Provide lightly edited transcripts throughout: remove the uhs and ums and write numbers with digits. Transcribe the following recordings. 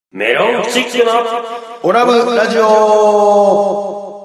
メロンチックのオラブラジオ。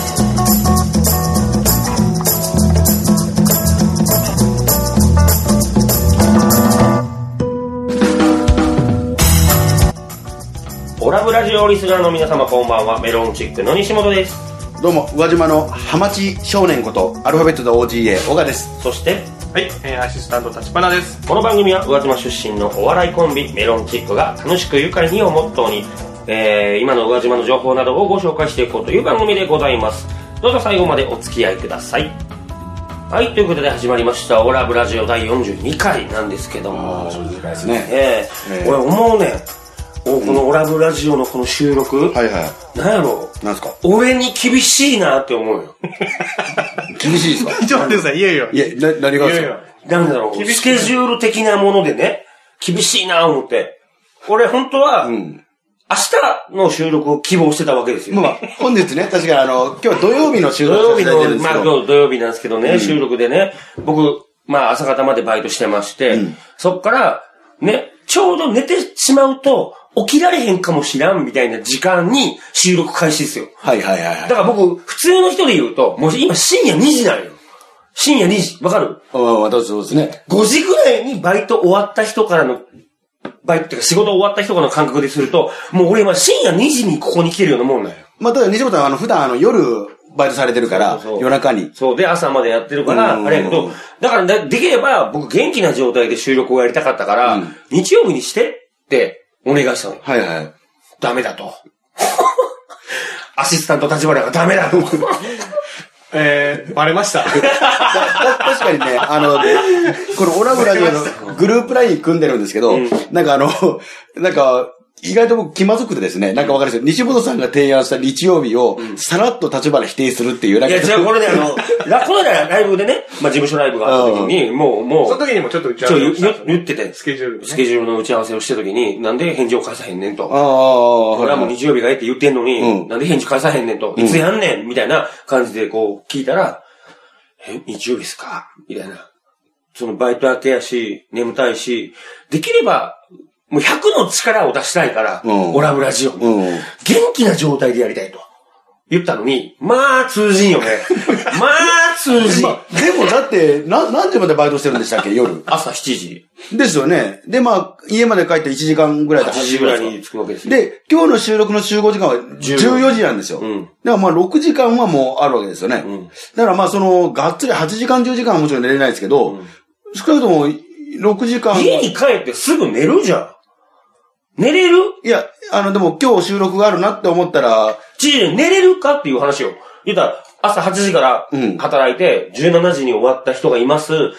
オラブラジオリスナーの皆様こんばんは。メロンチックの西本です。 どうも、宇和島のハマチ少年ことアルファベットで OGA 小川です。 そしてはい、アシスタント立花です。 この番組は宇和島出身のお笑いコンビメロンチックが楽しく愉快にをモットーに、今の宇和島の情報などをご紹介していこうという番組でございます。どうぞ最後までお付き合いください。はい、ということで始まりましたオラブラジオ第42回なんですけども、 42回ですね。 俺思うね、このオラブラジオのこの収録、 はいはい。 なんやろ、 なんすか、 俺に厳しいなって思うよ。 厳しいですか？ ちょっと待ってください、いやいや。 いや、何がですか？ なんだろう、スケジュール的なものでね、厳しいな思って。俺本当は、明日の収録を希望してたわけですよ。 まあ、本日ね、確かに今日は土曜日の収録土曜日の、 まあ今日土曜日なんですけどね、収録でね、僕、まあ朝方までバイトしてまして、そっから、ね、ちょうど寝てしまうと、起きられへんかもしらんみたいな時間に収録開始ですよ。 はいはいはい。 だから僕、普通の人で言うと、もう今深夜2時なんよ。深夜2時。わかる？ 私そうですね。 5時ぐらいにバイト終わった人からの、バイトっていうか仕事終わった人からの感覚ですると、もう俺今深夜2時にここに来てるようなもんなんよ。 まあ、ただ西本は普段夜バイトされてるから、 そう夜中に。 そうで、朝までやってるから、あれやけど、だからできれば僕元気な状態で収録をやりたかったから、日曜日にしてってお願いしたの。 はいはい。 ダメだと。アシスタント立花がダメだと。 バレました。 確かにね、このオラブラジオのグループライン組んでるんですけど、なんか意外と僕気まずくてですね、なんかわかるんですよ。西本さんが提案した日曜日をさらっと立花否定するっていう。 いや、じゃあこれね、この間ライブでね、まあ事務所ライブがあった時に、もう、 その時にもちょっと打ち合わせをした。 言ってて、 スケジュール、ね。 スケジュールの打ち合わせをした時に、なんで返事を返さへんねんと。俺はもう日曜日がええって言ってんのに、なんで返事返さへんねんと。いつやんねんみたいな感じでこう聞いたら、日曜日っすかみたいな。そのバイト明けやし、眠たいし、できれば、もう100の力を出したいから、オラブラジオに、元気な状態でやりたいと言ったのに、まあ通じんよね。まあ通じん。でもだって、何時までバイトしてるんでしたっけ、夜。 朝7時。 ですよね。で、まあ、家まで帰って1時間ぐらいで 8時ぐらいに着くわけです。 で、今日の収録の集合時間は14時なんですよ。だからまあ6時間はもうあるわけですよね。だからまあがっつり8時間10時間はもちろん寝れないですけど、少なくとも6時間。 家に帰ってすぐ寝るじゃん。寝れる？ いや、でも今日収録があるなって思ったら、 寝れるかっていう話を。言ったら、朝8時から働いて、17時に終わった人がいます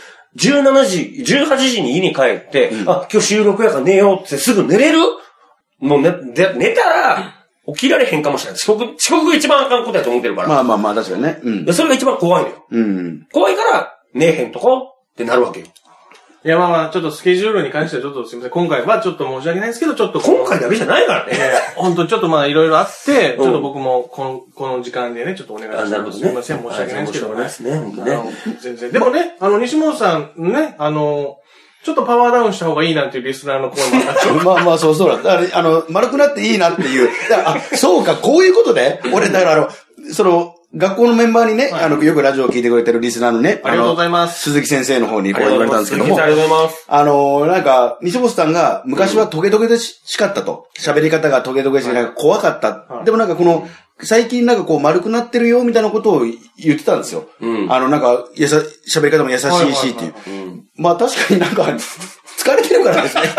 。18時に家に帰って、今日収録やから寝ようってすぐ寝れる？もう寝たら、起きられへんかもしれない。遅刻が一番あかんことやと思ってるから。 まあ、確かにね。 それが一番怖いのよ。怖いから、寝えへんとこってなるわけよ。 いや、まあ、ちょっとスケジュールに関してはちょっとすみません。今回はちょっと申し訳ないですけど、ちょっと。 今回だけじゃないからね。 本当にちょっといろいろあって、ちょっと僕もこの時間でね、ちょっとお願いします。 なるほどね。 すみません、申し訳ないですけどね。全然。でもね、西本さんね、ちょっとパワーダウンした方がいいなんていうリスナーの声もあった。 まあ、そうだ。だから、丸くなっていいなっていう。そうか、こういうことで、俺、だから学校のメンバーにね、よくラジオを聞いてくれてるリスナーのね、 ありがとうございます。 鈴木先生の方にこう言われたんですけども、 ありがとうございます。 なんか、西本さんが昔はトゲトゲでしかったと。喋り方がトゲトゲしなんか怖かった。でもなんか最近なんかこう丸くなってるよみたいなことを言ってたんですよ。なんか、喋り方も優しいしっていう。まあ確かになんか、疲れてるからですね。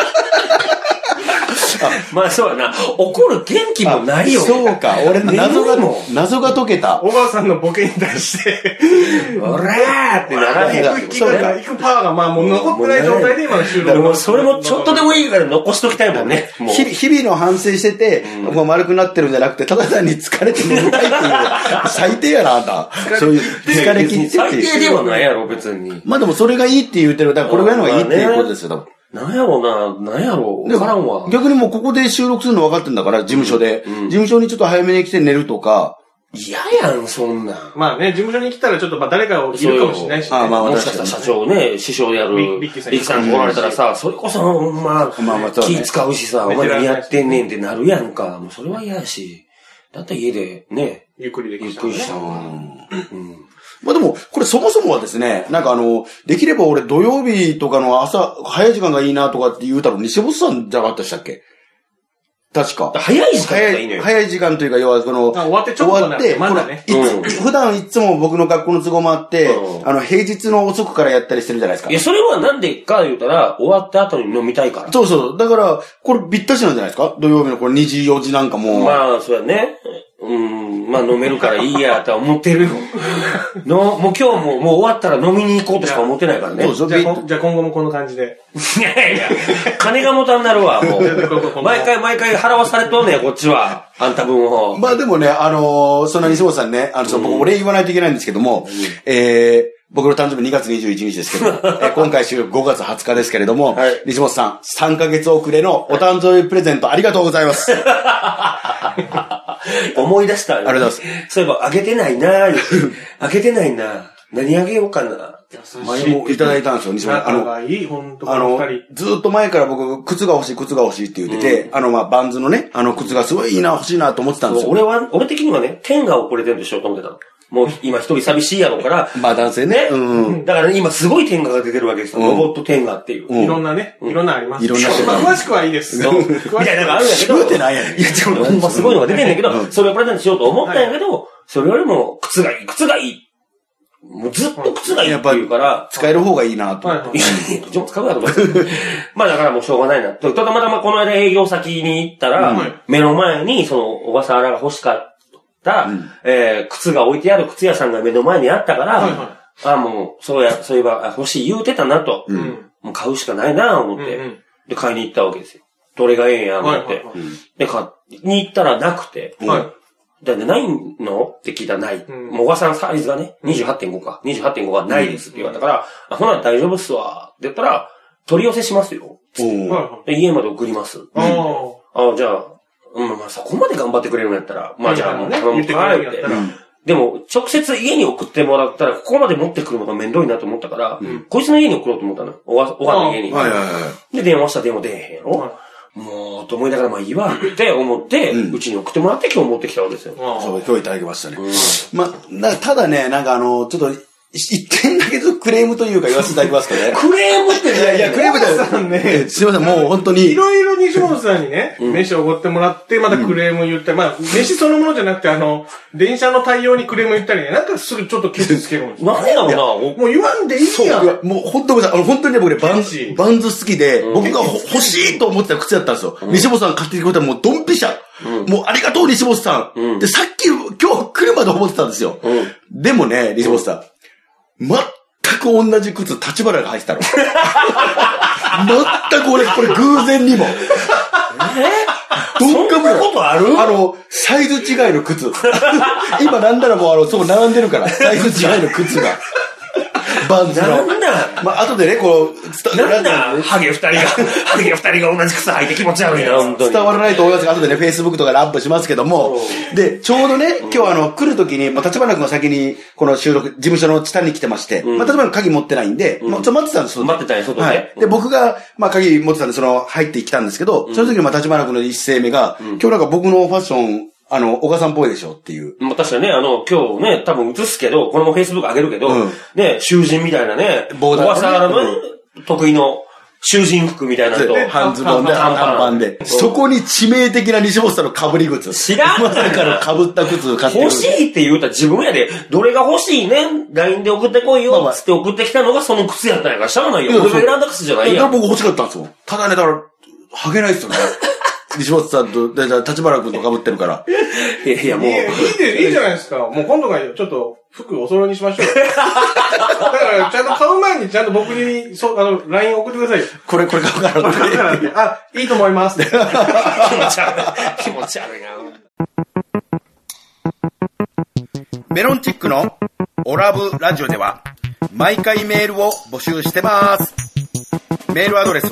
まあそうやな。怒る元気もないよ。 そうか。俺謎が解けた。 小川さんのボケに対して、 おらーってならへん。 行くパワーがもう残ってない状態で今の収録。 もうそれもちょっとでもいいから残しときたいもんね。 日々の反省してて、丸くなってるんじゃなくて、ただ単に疲れて眠たいっていう。最低やな、あんた。そういう疲れ切って。 最低ではないやろ、別に。 まあでもそれがいいって言ってる。だからこれぐらいのがいいっていうことですよ、多分。 なんやろうわからんわ。 逆にもうここで収録するの分かってんだから、事務所で。事務所にちょっと早めに来て寝るとか、 嫌やん、そんなん。 まあね、事務所に来たらちょっと誰かいるかもしれないし、ね。 もしかしたら社長ね、師匠であるリッキさんに来られたらさ、それこそ、気使うしさ、お前何やってんねんってなるやんか。もうそれは嫌やし。だったら家でね、 ゆっくりできした。ゆっくりした。 まあでも、これそもそもはですね、なんかできれば俺土曜日とかの朝、早い時間がいいなとかって言うたの西本さんじゃなかったでしたっけ？確か。 早い時間がいいのよ。 早い時間というか、要は終わってちょっとね、まだね。 普段いつも僕の学校の都合もあって、平日の遅くからやったりしてるじゃないですか。 いや、それはなんでか言うたら、終わった後に飲みたいから。 そうそう。だから、これぴったしなんじゃないですか？土曜日のこれ2時4時なんかも。 まあ、そうやね。まあ飲めるからいいやとは思ってるよ。もう今日もう終わったら飲みに行こうとしか思ってないからね。 じゃあ今後もこの感じで。 いやいや、金が持たんなるわ、もう。毎回払わされとんねん、こっちは。あんた分を。 まあでもね、そんな西本さんね、僕お礼言わないといけないんですけども、僕の誕生日2月21日ですけど、今回週5月20日ですけれども、西本さん、3ヶ月遅れのお誕生日プレゼントありがとうございます。 思い出した。 ありがとうございます。 そういえば、あげてないなあげてないな。何あげようかな。 前もいただいたんですよ、西本さん。ずっと前から僕、靴が欲しいって言ってて、バンズのね、靴がすごいいいな、欲しいなと思ってたんですよ。 俺的にはね、天下をプレゼントしようと思ってたの。もう今一人寂しいやろうから。 まあ男性ね。 だからね、今すごい天下が出てるわけですよ。ロボット天下っていう。 いろんなね、いろんなあります。 いろんな人が。詳しくはいいです。 みたいなのがあるんやけど。 言うてないやん。 いや、でもほんますごいのが出てんだけど、それをプレゼントしようと思ったんやけど、それよりも靴がいい。もうずっと靴がいいって言うから。 使える方がいいなと。いや、 どっちも使うやろ、まあだからもうしょうがないな。ただまたこの間営業先に行ったら、目の前にその小笠原が欲しかった、靴が置いてある靴屋さんが目の前にあったから、もう、そういえば欲しい言うてたなと。もう買うしかないな思って。で、買いに行ったわけですよ。どれがええんや、思って。で、買いに行ったらなくて。だってないのって聞いたらない。もう小笠原サイズがね、28.5 か。28.5 がないですって言われたから、ほな大丈夫っすわ。って言ったら、取り寄せしますよ。で、家まで送ります。じゃあ、まあそこまで頑張ってくれるんやったら、まあじゃあもう頼むからって。でも、直接家に送ってもらったら、ここまで持ってくるのがめんどいなと思ったから、こいつの家に送ろうと思ったの。小笠の家に。で、電話したら電話出えへんやろ。もう、と思いながらまあいいわって思って、うちに送ってもらって今日持ってきたわけですよ。 そう、今日いただきましたね。まあ、ただね、なんかちょっと、一点だけクレームというか言わせていただきますけどね。 クレームってね。 いや、クレームだよね。すいません、もう本当に。 いろいろ西本さんにね、飯をおごってもらって、またクレーム言って、まあ、飯そのものじゃなくて、電車の対応にクレーム言ったりね、なんかすぐちょっと傷つけるんですよ。 なんやろうな。 もう言わんでいいやん。 もう本当に本当にね、僕ね、バンズ好きで、僕が欲しいと思ってた靴だったんですよ。西本さん買ってきてくれたらもうドンピシャ。もうありがとう、西本さん。で、さっき、今日来るまで思ってたんですよ。でもね、西本さん。全く同じ靴、立花が履いてたの。全くこれ偶然にも。 そんなことある？ サイズ違いの靴。今なんならもうそこ並んでるから、サイズ違いの靴が。バンズの。 なんだまあ、後でね、 なんだハゲ二人が同じ靴履いて気持ち悪いな、本当に。 伝わらないと思いますが、後でね、Facebook とかでアップしますけども。で、ちょうどね、今日来るときに、立花君が先に、この収録、事務所の下に来てまして、立花君鍵持ってないんで、待ってたんですよ。 待ってたんや、外で。はい。 で、僕が、鍵持ってたんで、入ってきたんですけど、その時に立花君の一声目が、今日なんか僕のファッション、小川さんっぽいでしょっていう。 まあ、確かにね、今日ね、多分映すけど、これも Facebook 上げるけど、ね、囚人みたいなね、小笠原の得意の囚人服みたいなのと、 半ズボンで、半パンで。そこに致命的な西本さんの被り靴。 知らんまさかの被った靴買って欲しいって言うたら自分やで、どれが欲しいね ?LINE で送ってこいよつって送ってきたのがその靴やったんやから、しゃあないよ。俺が選んだ靴じゃないやん。 僕欲しかったんですよ。ただね、だから、履けないですよね。西本さんと、立花君と被ってるから。 いや、もう。いいじゃないですか。もう今度からちょっと服お揃いにしましょう。だから、ちゃんと買う前にちゃんと僕に、LINE 送ってくださいよ。 これ買うからって。 いいと思いますって。 気持ち悪いな。 メロンチックのオラブラジオでは、毎回メールを募集してます。メールアドレス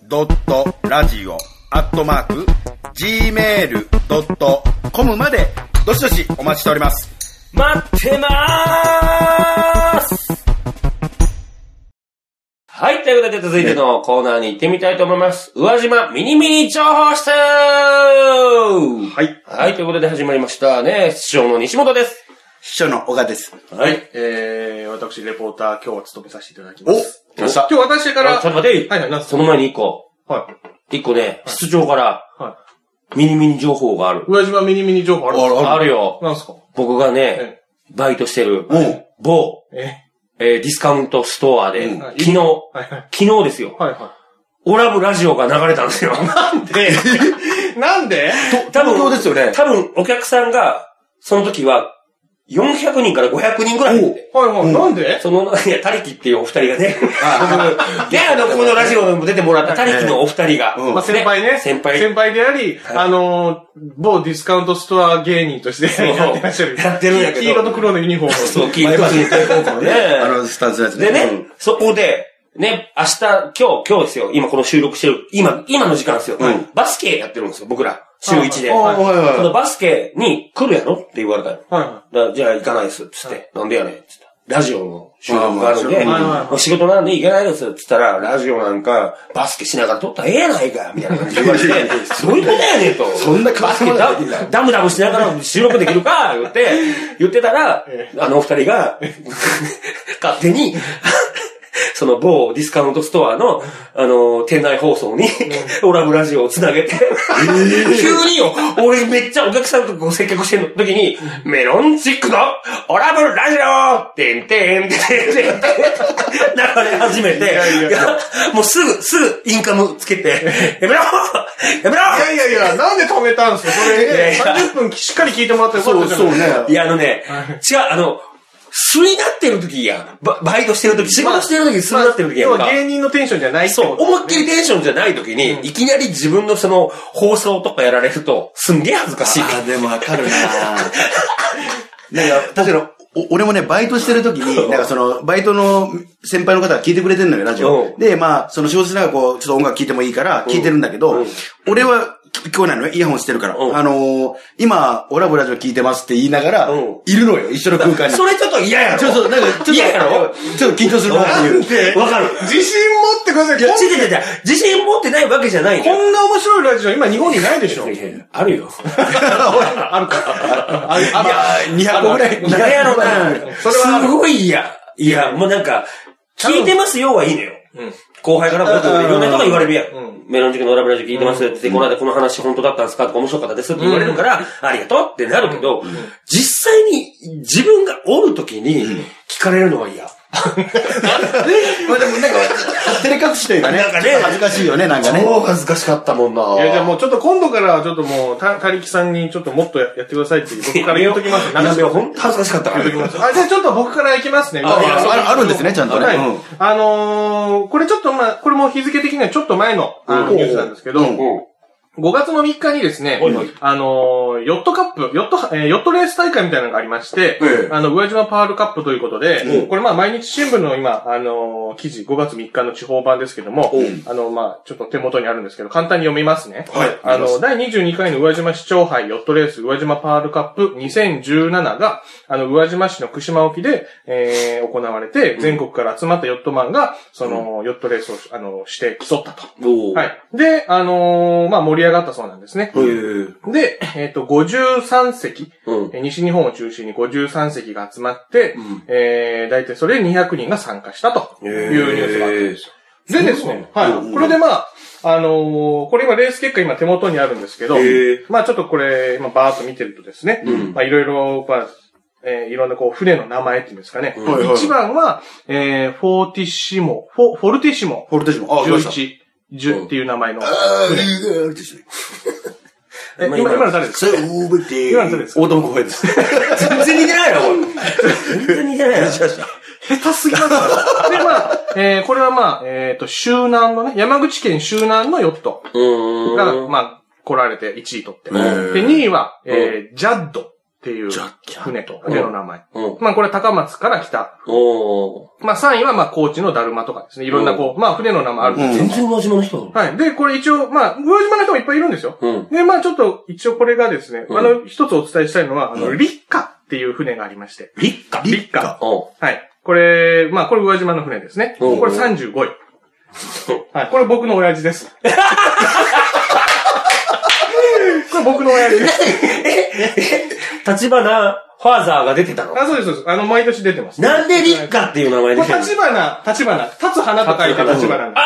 は、olav.radio@gmail.com までどしどしお待ちしております。 待ってまーす。はい、ということで続いてのコーナーに行ってみたいと思います。宇和島ミニミニ情報室。はい。はい、ということで始まりましたね。師匠の西本です。 師匠の小川です。 はい。私、レポーター、今日は務めさせていただきます。お、来ました。今日私から。 ちょっと待って。 はいはい、なんすか？ その前に一個。はい。一個ね、室長から、はい。ミニミニ情報がある。 宇和島ミニミニ情報あるんですか？ あるよ。 なんすか？ 僕がね、バイトしてる、某、ディスカウントストアで、昨日ですよ。はいはい。オラブラジオが流れたんですよ。 なんでなんで多分ですよね。多分お客さんが、その時は、400人から500人ぐらい。 はいはい。なんでいや、タリキっていうお二人がね。で、このラジオにも出てもらったタリキのお二人が。 まあ、先輩ね。 先輩であり、某ディスカウントストア芸人としてやってらっしゃる。 やってるんやけど。 黄色と黒のユニフォーム。 そう、黄色と黒のユニフォームね。 スタンスのやつね。でね、そこで、ね、今日ですよ。今この収録してる、今の時間ですよ。バスケやってるんですよ、僕ら。週1で。そのバスケに来るやろって言われたの。じゃあ行かないです、つって。なんでやねん、つって。ラジオの収録があるんで、仕事なんで行けないです、つったら、ラジオなんか、バスケしながら撮ったらええやないか、みたいな感じで言われて、そういうことやねんと。 そんなバスケダムダムしながら収録できるか、言ってたら、お二人が、勝手に、その某ディスカウントストアの、店内放送に、オラブラジオをつなげて、急によ、俺めっちゃお客さんとこう接客してる時に、メロンチックのオラブラジオてんてんてんてんてん流れ始めて、もうすぐインカムつけて、やめろいや、なんで止めたんですかそれ、30分しっかり聞いてもらってよかったじゃないですか。 そうね。いや、違う、素になってる時やん。バイトしてる時、仕事してる時素になってる時やんか。 芸人のテンションじゃないってこと。 そう、思いっきりテンションじゃない時に、いきなり自分のその放送とかやられると、すんげえ恥ずかしい。 でもわかるな確かに、俺もね、バイトしてる時に、バイトの先輩の方が聞いてくれてるのよ、ラジオ。で、仕事しながらちょっと音楽聞いてもいいから、聞いてるんだけど、俺は、聞こえないのよ、イヤホンしてるから。今、オラブラジオ聞いてますって言いながら、いるのよ、一緒の空間に。 それちょっと嫌やろ。 嫌やろちょっと緊張するなっていう。 わかる。 自信持ってください。 自信持ってないわけじゃない。 こんな面白いラジオ今日本にないでしょ。 あるよ。 あるか。 いや、200個ぐらい。 嫌やろな。それは。すごい嫌。いや、もうなんか、聞いてますよはいいのよ。後輩からもいろんな人が言われるやん。メロンチックのオラブラジオ聞いてますって、この間この話本当だったんですかとか面白かったですって言われるから、ありがとうってなるけど、実際に自分がおるときに聞かれるのは嫌。 でも照れ隠しというかね。恥ずかしいよね、なんかね。 超恥ずかしかったもんな。 いや、じゃあもうちょっと今度からちょっともう、たりきさんにちょっともっとやってくださいって僕から言っときます。 いや、ほんと恥ずかしかったから。 じゃあちょっと僕から行きますね。 あるんですね、ちゃんとね。 これちょっとこれも日付的にはちょっと前のニュースなんですけど、5月の3日にですね、ヨットカップ、ヨットレース大会みたいなのがありまして、宇和島パールカップということで、これ毎日新聞の今、記事、5月3日の地方版ですけども、ちょっと手元にあるんですけど、簡単に読みますね。第22回の宇和島市長杯ヨットレース宇和島パールカップ2017が、宇和島市の串間沖で、行われて、全国から集まったヨットマンが、その、ヨットレースを、して競ったと。はい。で、盛り上がったそうなんですね。で、53席、西日本を中心に53席が集まって、大体それで200人が参加したというニュースがあったんですよ。でですね、はい。これでこれ今レース結果今手元にあるんですけど、ちょっとこれ今バーッと見てるとですね、いろいろ、いろんな船の名前っていうんですかね。一番は、フォルティッシモ11。10っていう名前の。今の誰ですか？今の誰ですか？ 大友康平です。 全然似てないな、これ。全然似てないな。 下手すぎますで、これは周南のね、山口県周南のヨットが、来られて1位取って。で、2位は、ジャッド。 っていう船の名前。まあこれ高松から来た。まあ3位はまあ高知のだるまとかですね。いろんなまあ船の名前あるんです全然宇和島の人はい。で、これ一応、まあ、宇和島の人もいっぱいいるんですよ。で、まあちょっと一応これがですね、一つお伝えしたいのは、立夏っていう船がありまして。 立夏はい。これ、まあこれ宇和島の船ですね。これ35位。はい。これ僕の親父です。これ僕の親父です。 立花ファーザーが出てたの？ そうです、そうです。毎年出てます。 なんで立夏っていう名前で立花、立つ花と書いて立花なんです。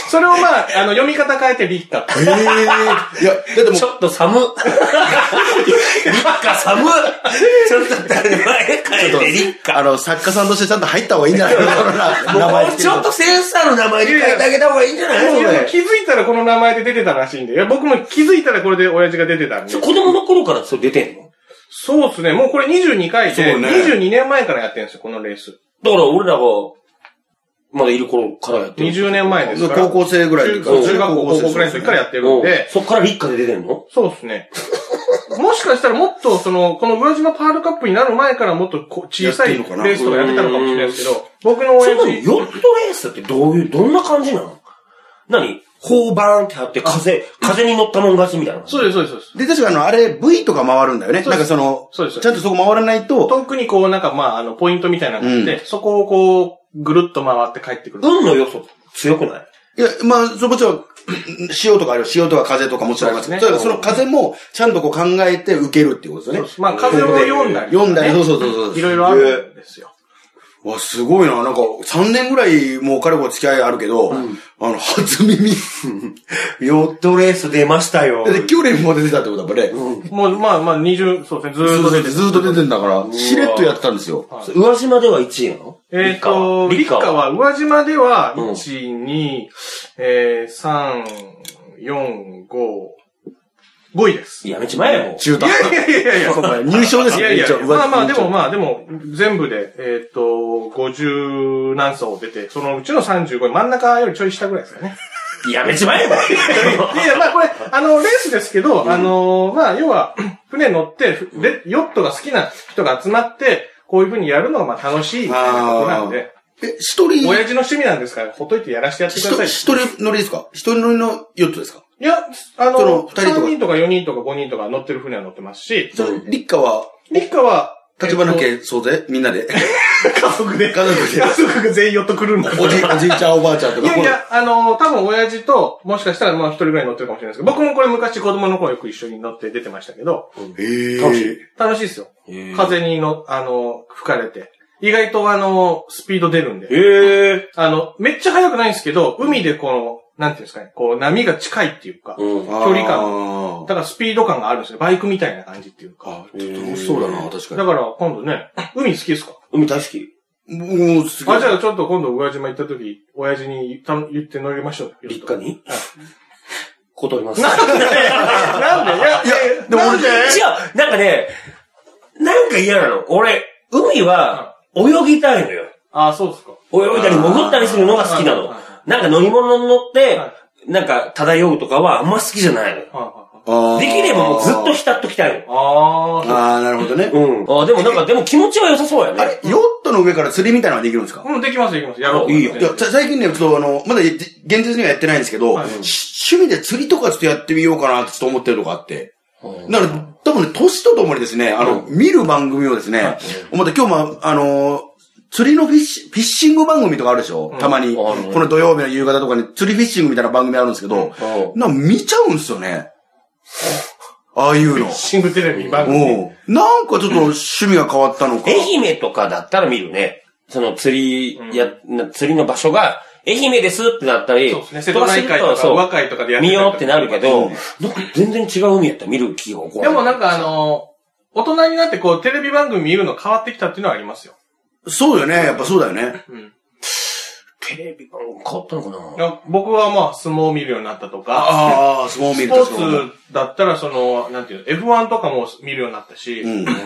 それをまあ、読み方変えて立夏。 いや、でも。 ちょっと寒。立夏寒。ちょっと名前変えて立夏。 作家さんとしてちゃんと入った方がいいんじゃないかな。名前ちょっとセンサーの名前に変えてあげた方がいいんじゃない気づいたらこの名前で出てたらしいんで。僕も気づいたらこれで親父が出てたんで。 子供の頃からそれ出てんの？ そうですね。もうこれ22回で、22年前からやってるんですよ、このレース。 だから俺らが、まだいる頃からやってる。 20年前ですから。 高校生ぐらいで。 中学校、高校ぐらいの時からやってるんで。 そっから立夏で出てんの？ そうですね。もしかしたらもっと、この宇和島パールカップになる前からもっと小さいレースとかやってたのかもしれないですけど、僕の親父。 ヨットレースってどんな感じなの？何？こうバーンってあって風に乗ったもん勝ちみたいな。 そうです、そうです。 で、確かあれ、V とか回るんだよね。なんかそうです。 ちゃんとそこ回らないと。 遠くになんかまあ、ポイントみたいなのがあって、そこをぐるっと回って帰ってくる。 運の要素強くない？ いや、まあ、もちろん、潮とかあるよ。潮とか風とかもちろんありますね。その風もちゃんと考えて受けるっていうことですよね。 まあ、風を読んだり。 そう。 いろいろあるんですよ。 わ、すごいな。なんか、3年ぐらいもう彼も付き合いあるけど、初耳。 ヨットレース出ましたよ。 で、去年も出てたってことだもんね。 もう、まあ、そうですね、ずーっと出てんだから、しれっとやってたんですよ。 宇和島では1位なの？ 立夏は、宇和島では、1、2、3、4、5位です。 いや、めっちゃ前やもん。 中途。 いや、 入賞ですよ。 いや、まあでも、全部で、50何層出て、そのうちの35位、真ん中よりちょい下ぐらいですよね。 いや、めっちゃ前やもん。 いや、まあこれ、レースですけど、まあ、要は、船乗って、ヨットが好きな人が集まって、こういう風にやるのがまあ楽しいみたいなことなんで。 一人。 親父の趣味なんですから、ほっといてやらしてやってください。 一人乗りですか？一人乗りのヨットですか？ いや、3人とか4人とか5人とか乗ってる船は乗ってますし。 立夏は、立花家総勢みんなで。 家族が全員ヨット来るんだ。 おじいちゃんおばあちゃんとか。 いや、多分親父と、もしかしたらまあ一人ぐらい乗ってるかもしれないですけど、僕もこれ昔子供の頃よく一緒に乗って出てましたけど。楽しいですよ。風に吹かれて。意外とスピード出るんで。めっちゃ速くないんですけど、海でなんていうんですかね、波が近いっていうか、距離感。だからスピード感があるんですよ。バイクみたいな感じっていうか。 楽しそうだな、確かに。 だから今度ね、海好きですか？ 海大好き。 もう好き。 じゃあちょっと今度宇和島行った時、親父に言って乗りましょう。 立夏に？断ります。 なんで？いや、 でも俺、 違う、なんかね、なんか嫌なの。俺、海は泳ぎたいのよ。 あ、そうですか。 泳いだり潜ったりするのが好きなの。なんか乗り物に乗って、なんか漂うとかはあんま好きじゃないの。できればもうずっと浸っときたいの。 なるほどね。 でも気持ちは良さそうやね。 あれ、ヨットの上から釣りみたいなのはできるんですか？ できます。やろう。 いいよ。最近ね、ちょっとまだ現実にはやってないんですけど、趣味で釣りとかちょっとやってみようかなってちょっと思ってるとこあって。だから、多分ね、年とともにですね、見る番組をですね、思って今日も釣りのフィッシング番組とかあるでしょ？たまに。この土曜日の夕方とかに釣りフィッシングみたいな番組あるんですけど、見ちゃうんですよね。ああいうの。 フィッシングテレビ番組。 なんかちょっと趣味が変わったのか。 愛媛とかだったら見るね。その釣りの場所が、愛媛ですってなったり、 そうですね。瀬戸内海とか、若いとかでやって見ようってなるけど、なんか全然違う海やったら見る気が起こる。 でもなんか大人になってテレビ番組見るの変わってきたっていうのはありますよ。 そうよね。やっぱそうだよね。 テレビ番組変わったのかな？ 僕はまあ、相撲を見るようになったとか。 相撲を見るとか。スポーツだったらなんていうの、F1 とかも見るようになったし。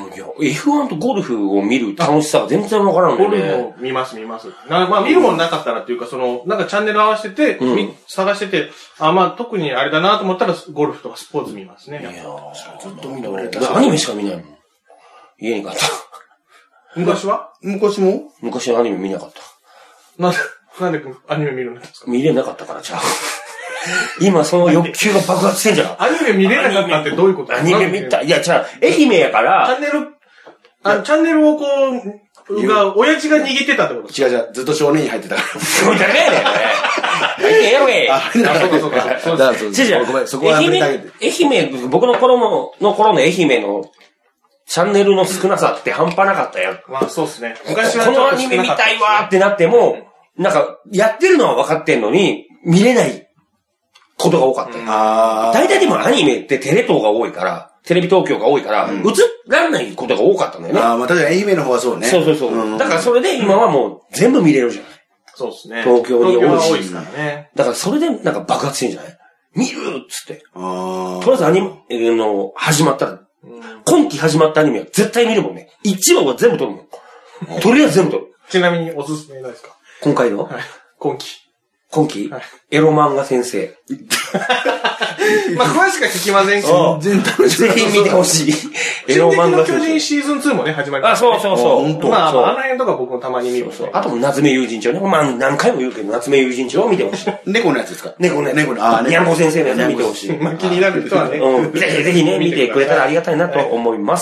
F1 とゴルフを見る楽しさが全然わからんのよね。 ゴルフを見ます。まあ、見るもんなかったらっていうか、なんかチャンネル合わせてて、探してて、まあ、特にあれだなと思ったら、ゴルフとかスポーツ見ますね。 いやずっと見ない。アニメしか見ないもん。 家に帰った。 昔は昔も昔はアニメ見なかった。 なんでアニメ見るんですか？ 見れなかったからじゃあ。今その欲求が爆発してんじゃん。 アニメ見れなかったってどういうこと？ アニメ見た。いや、じゃあ、愛媛やから、 チャンネルをこう、親父が握ってたってこと？ 違う、ずっと少年院入ってたから。 そうじゃねえねん、入ってやろえ。 そうか。 ごめん、そこは愛媛、僕の頃の愛媛の、チャンネルの少なさって半端なかったよ。 まあそうですね。昔はこのアニメ見たいわーってなっても、なんか、やってるのは分かってんのに、見れないことが多かったよ。大体でもアニメってテレ東が多いから、テレビ東京が多いから、映らないことが多かったんだよね。 まあ確かに愛媛の方はそうね。 そう。だからそれで今はもう全部見れるじゃない。 そうですね。 東京に多いし。 多いですからね。 だからそれでなんか爆発してんじゃない？見るっつって。とりあえずアニメの始まったら、今期始まったアニメは絶対見るもんね。1話は全部撮るもん。とりあえず全部撮る。 ちなみにおすすめないですか？ 今回の？ はい。今期、 はい、エロ漫画先生。 まあ、詳しくは聞きませんけど。 ぜひ見てほしい。 エロ漫画先生。進撃の巨人シーズン2もね、始まりました、 ね。そう。 まあ、あの辺とか僕もたまに見る。 あと、夏目友人帳ね。まあ、何回も言うけど、夏目友人帳を見てほしい。 猫のやつですか？ 猫のやつ。にゃんこ先生のやつ見てほしい。 まあ、気になる人はね。 ぜひね、見てくれたらありがたいなと思います。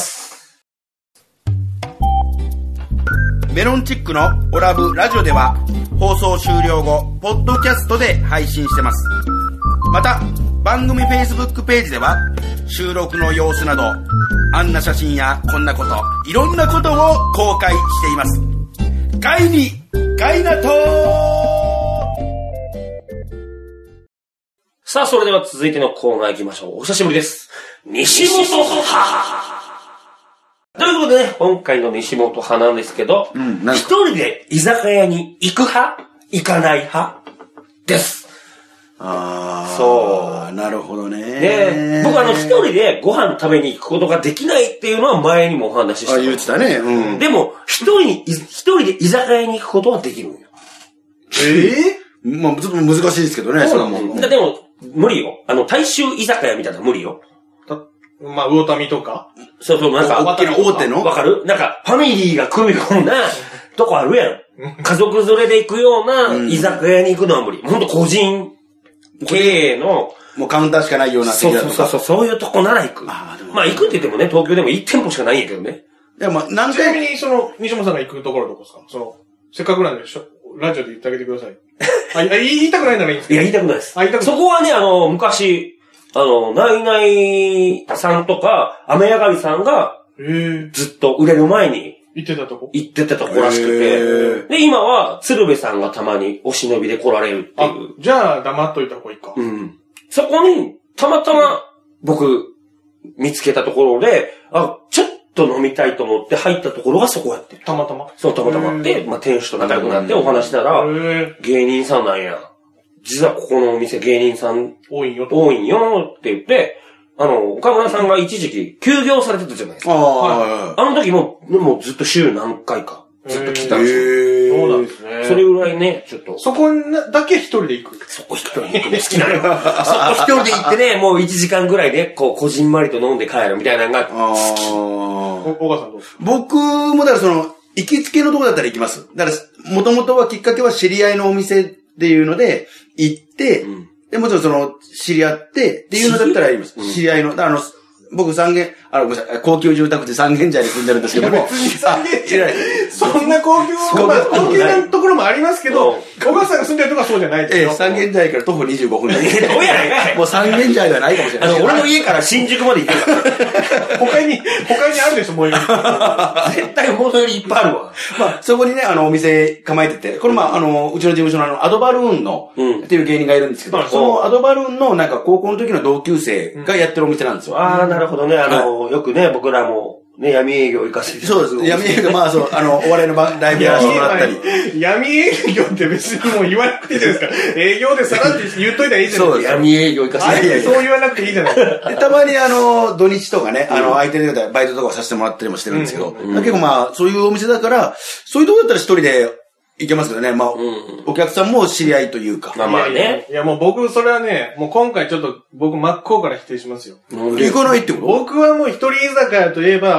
メロンチックのオラブラジオでは放送終了後ポッドキャストで配信してます。また番組 Facebook ページでは収録の様子などあんな写真やこんなこといろんなことを公開しています。ガイにガイナトー。 さあそれでは続いてのコーナー行きましょう。お久しぶりです。西本派。ということでね、今回の西本派なんですけど、一人で居酒屋に行く派行かない派です。 そう。なるほどね。 で、僕一人でご飯食べに行くことができないっていうのは前にもお話しした。 言ってたね。 でも、一人で居酒屋に行くことはできるんよ。 まあ、ちょっと難しいですけどね、それはもう。 でも、無理よ。大衆居酒屋みたいな無理よ。 まあ、魚民とかそう、なんか、 大手のわかる？なんか、ファミリーが来るようなとこあるやん。家族連れで行くような居酒屋に行くのは無理。ほんと個人経営の。 もうカウンターしかないような。 そういうとこなら行く。まあ行くって言ってもね、東京でも1店舗しかないんやけどね。 いや、まあ、 ちなみに、西本さんが行くところどこですか？せっかくなんでラジオで言ってあげてください。言いたくないならいいんですか？ いや、言いたくないです。そこはね、昔、ナイナイさんとか、雨上がりさんが、ずっと売れる前に、 行ってたとこらしくて、で、今は、鶴瓶さんがたまにお忍びで来られるっていう。 じゃあ、黙っといた方がいいか。 そこに、たまたま、僕、見つけたところで、ちょっと飲みたいと思って入ったところがそこやって。 たまたまそう、たまたまって、まあ、店主と仲良くなってお話したら、芸人さんなんや。実はここのお店芸人さん多いんよって言って、岡村さんが一時期休業されてたじゃないですか。あの時もうずっと週何回かずっと来たんですよ。そうなんですね。 それぐらいね、ちょっと。 そこだけ一人で行く。 そこ一人で行くの好きなのよ。そこ一人で行ってね、もう1時間ぐらいで、こじんまりと飲んで帰るみたいなのが好き。 岡さんどうですか？ 僕もだから行きつけのとこだったら行きます。だから、もともとはきっかけは知り合いのお店っていうので、行って、で、もちろん知り合って、っていうのだったらやります。知り合いの、僕ごめんなさい、高級住宅地三軒茶屋に住んでるんですけども。 別に三軒茶屋。そんな高級なところもありますけど、岡さんが住んでるとこはそうじゃないですよ。 三軒茶屋から徒歩25分だけど。 どうやねん。 もう三軒茶屋ではないかもしれない。 俺の家から新宿まで行く他にあるでしょ、最寄り。 絶対最寄りいっぱいあるわ。 まあ、そこにね、お店構えてて、これまあ、うちの事務所のアドバルーンの、っていう芸人がいるんですけど、そのアドバルーンのなんか高校の時の同級生がやってるお店なんですよ。 なるほどね。よくね、僕らも、ね、闇営業行かせて。 そうです。闇営業、まあそう、お笑いのライブやらせてもらったり。 闇営業って別にもう言わなくていいじゃないですか。営業でさらって言っといたらいいじゃないですか。 闇営業行かせて。 そう言わなくていいじゃないですか。 たまに土日とかね、相手でバイトとかさせてもらったりもしてるんですけど、結構まあ、そういうお店だから、そういうとこだったら一人で、いけますけどね。まあ、お客さんも知り合いというか。 まあね。 いやもう僕、それはね、もう今回ちょっと僕真っ向から否定しますよ。 行かないってこと？ 僕はもう一人居酒屋といえば、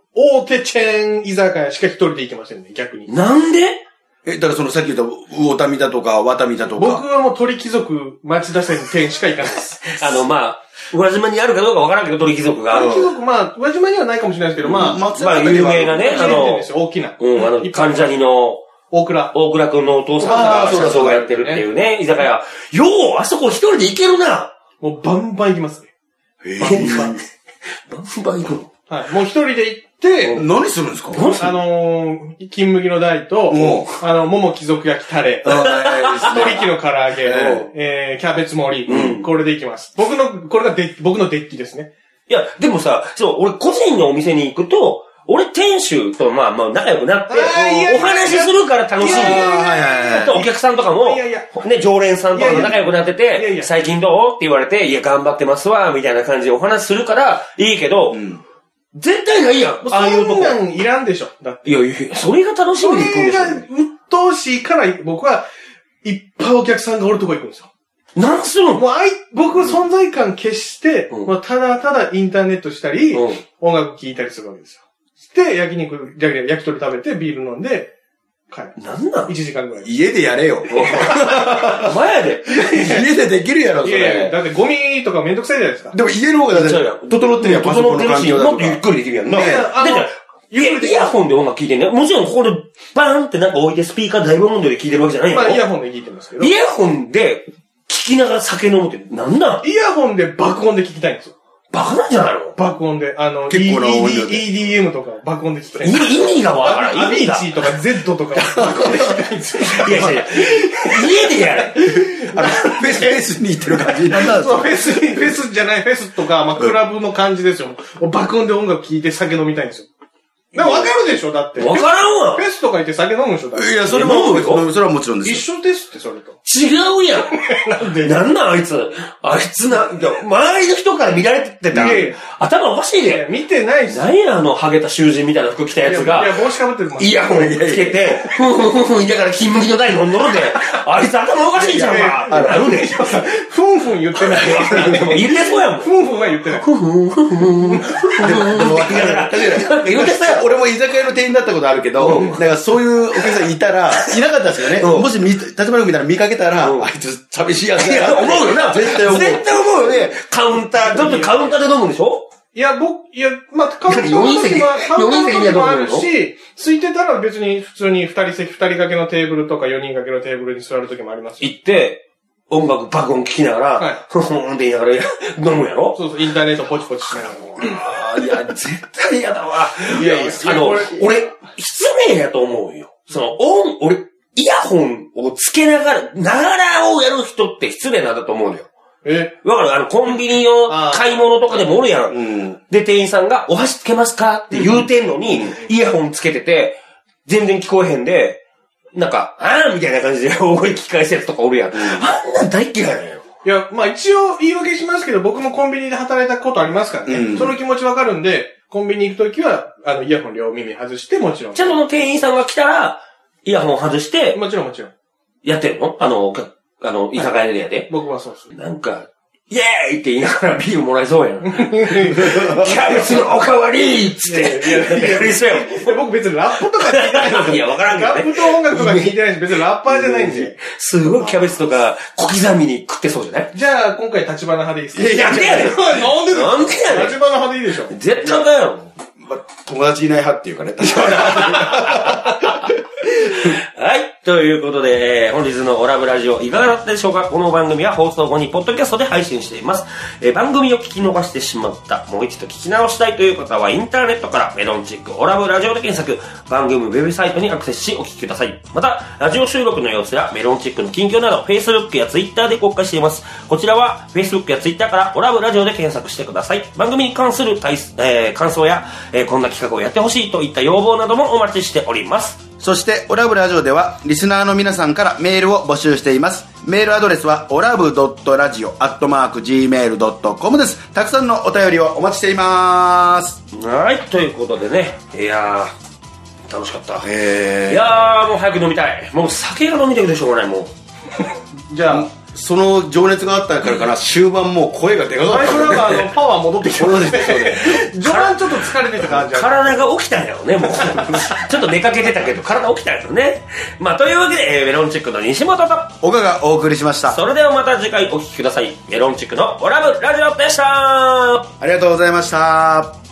大手チェーン居酒屋しか一人で行けませんね、逆に。 なんで？ だからそのさっき言った魚民だとか、ワタミだとか。 僕はもう鳥貴族町田線店しか行かないです。 まあ、宇和島にあるかどうかわからんけど、鳥貴族が。 鳥貴族、まあ、宇和島にはないかもしれないですけど、まあ、有名なね、 大きな。 関ジャニの、大倉くんのお父さんが、社長がやってるっていうね、居酒屋。よう、あそこ一人で行けるな。 もうバンバン行きますね。バンバン行くの？ はい。もう一人で行って、 何するんですか？ 金麦の大と、桃貴族焼きタレ、鳥貴の唐揚げ、キャベツ盛り、これで行きます。これが僕のデッキですね。 いや、でもさ、俺個人のお店に行くと、俺店主とまあ仲良くなって、お話しするから楽しい。お客さんとかも、ね、常連さんとかも仲良くなってて、最近どうって言われて、いや、頑張ってますわ、みたいな感じでお話しするからいいけど、絶対ないやん。 ああいうとこ。そんなんいらんでしょ。だって。 いや、それが楽しみで行くんでしょ。 それが鬱陶しいから、僕はいっぱいお客さんがおるとこ行くんですよ。 なんするの？ もう僕存在感消して、もうただただインターネットしたり、音楽聴いたりするわけですよ。で、焼鳥食べて、ビール飲んで、帰る。 なんなん ?1 時間ぐらい。 家でやれよ。 前やで。 家でできるやろ、それ。 いやだってゴミとかめんどくさいじゃないですか。 でも家の方がだって、整ってるやん、パソコンの環境だとか。 もっとゆっくりできるやんな。イヤホンで音楽聴いてんね。もちろんここでバーンってなんか置いてスピーカー大音量で聴いてるわけじゃないよ。 まあイヤホンで聴いてますけど。 イヤホンで聴きながら酒飲むってなんなん？ イヤホンで爆音で聴きたいんですよ。バカなんじゃないの？ 爆音で。 結構な音量で。 EDM とか爆音で聞きたい。 意味がわからん。 アビーチとか Z とか爆音で聞きたいんですよ。 いや、家でやれ。 フェスに行ってる感じなんだ。 そう、フェスじゃない、フェスとか、まあ、クラブの感じですよ。爆音で音楽聴いて酒飲みたいんですよ。でもわかるでしょだって。 わからんわ。 フェスとか行って酒飲むでしょだって。 いや、それはもちろんです。 一緒ですって、それと。 違うやん。なんでなんなんあいつ周りの人から見られてたら、頭おかしいで。 見てないし。 何やハゲた囚人みたいな服着たやつが。 いや、帽子かぶってるもん。 イヤホンつけて、ふんだから金麦の台飲んどるで。あいつ頭おかしいんちゃうか。なるで。 ふんふん言ってない。 でも言ってそうやもん。 ふんふんは言ってない。 ふん。言ってそうや。 俺も居酒屋の店員だったことあるけど、なんかそういうお客さんいたら、いなかったですよね。もし立花君みたいな見かけたら、あいつ寂しいやつだな。 思うよな。 絶対思うよね。カウンター、だってカウンターで飲むんでしょ？ まあ、カウンターの時もあるし、空いてたら別に普通に二人掛けのテーブルとか4人掛けのテーブルに座る時もありますよ。 行って、音楽爆音聞きながら、ふんって言いながら飲むやろ？ そう、インターネットポチポチしながら。 いや、絶対嫌だわ。いや、俺、失礼やと思うよ。俺、イヤホンをつけながらをやる人って失礼なんだと思うのよ。わかる？コンビニの買い物とかでもおるやん。で、店員さんが、お箸つけますかって言うてんのに、イヤホンつけてて、全然聞こえへんで、なんか、みたいな感じで大声聞き返すやつとかおるやん。あんなん大嫌いなんよ。 いや、まあ一応言い訳しますけど、僕もコンビニで働いたことありますからね。その気持ちわかるんで、コンビニ行くときは、イヤホン両耳外してもちろん。 ちゃんと店員さんが来たら、イヤホン外して。 もちろん。 やってるの？居酒屋でやで。 僕はそうです。 なんか、イェーイって言いながらビールもらえそうやん。キャベツのおかわりっつって。やりそうやん。 僕別にラップとか聞いてないんですよ。 いや、わからんけどね。 ラップと音楽とか聞いてないし、別にラッパーじゃないんで。 すごいキャベツとか小刻みに食ってそうじゃない？ じゃあ、今回立花派でいいですか？ いや、なんでやねん。 なんでやねん。立花派でいいでしょ。 絶対だよ。 友達いない派っていうかね。 はい。ということで、本日のオラブラジオいかがだったでしょうか？この番組は放送後にポッドキャストで配信しています。番組を聞き逃してしまった、もう一度聞き直したいという方はインターネットからメロンチックオラブラジオで検索、番組ウェブサイトにアクセスしお聞きください。また、ラジオ収録の様子やメロンチックの近況など Facebook や Twitter で公開しています。こちらは Facebook や Twitter からオラブラジオで検索してください。番組に関する感想や、こんな企画をやってほしいといった要望などもお待ちしております。 そして、オラブラジオでは、リスナーの皆さんからメールを募集しています。メールアドレスは、olav.radio@gmail.com です。たくさんのお便りをお待ちしています。 はい、ということでね、いやー、楽しかった。いやー、もう早く飲みたい。もう酒が飲みたいでしょうがない、もう。 じゃあ、 その情熱があったからかな、終盤もう声がでかかった。 最初なんかパワー戻ってきてますね。序盤ちょっと疲れてた感じ。 体が起きたんやろね、もう。ちょっと出かけてたけど、体起きたんやろね。まあ、というわけで、メロンチックの西本と、 岡がお送りしました。 それではまた次回お聞きください。メロンチックのオラブラジオでした。 ありがとうございました。